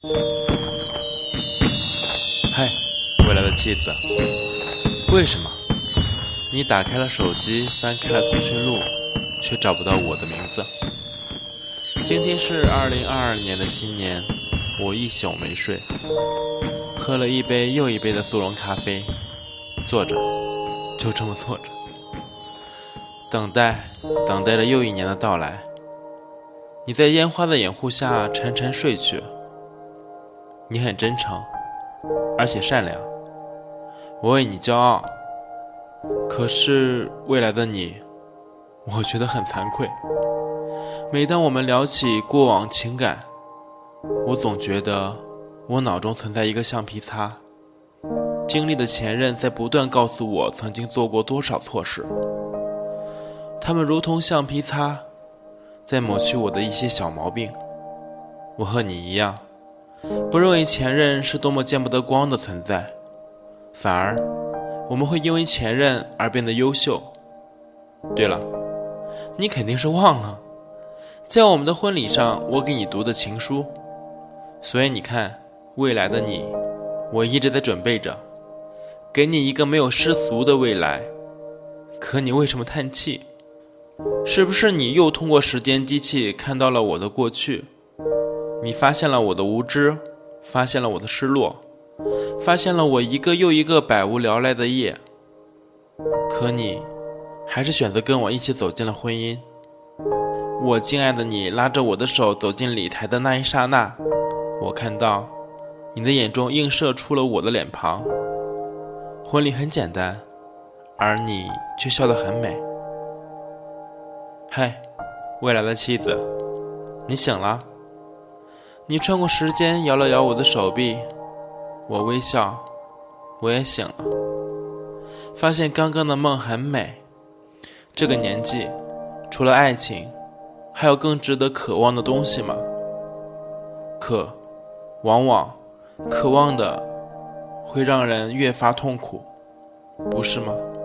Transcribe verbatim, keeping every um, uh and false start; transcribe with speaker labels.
Speaker 1: 嗨，未来的妻子，为什么你打开了手机，翻开了通讯录，却找不到我的名字？今天是二零二二年的新年，我一宿没睡，喝了一杯又一杯的速溶咖啡，坐着，就这么坐着，等待，等待着又一年的到来。你在烟花的掩护下沉沉睡去，你很真诚，而且善良，我为你骄傲。可是未来的你，我觉得很惭愧。每当我们聊起过往情感，我总觉得我脑中存在一个橡皮擦，经历的前任在不断告诉我曾经做过多少错事，他们如同橡皮擦，在抹去我的一些小毛病。我和你一样，不认为前任是多么见不得光的存在，反而我们会因为前任而变得优秀。对了，你肯定是忘了，在我们的婚礼上我给你读的情书，所以你看，未来的你，我一直在准备着，给你一个没有世俗的未来。可你为什么叹气？是不是你又通过时间机器看到了我的过去？你发现了我的无知，发现了我的失落，发现了我一个又一个百无聊赖的夜。可你还是选择跟我一起走进了婚姻。我敬爱的你拉着我的手走进礼台的那一刹那，我看到你的眼中映射出了我的脸庞。婚礼很简单，而你却笑得很美。嗨，未来的妻子，你醒了。你穿过时间摇了摇我的手臂，我微笑，我也醒了，发现刚刚的梦很美。这个年纪，除了爱情，还有更值得渴望的东西吗？可往往渴望的会让人越发痛苦，不是吗？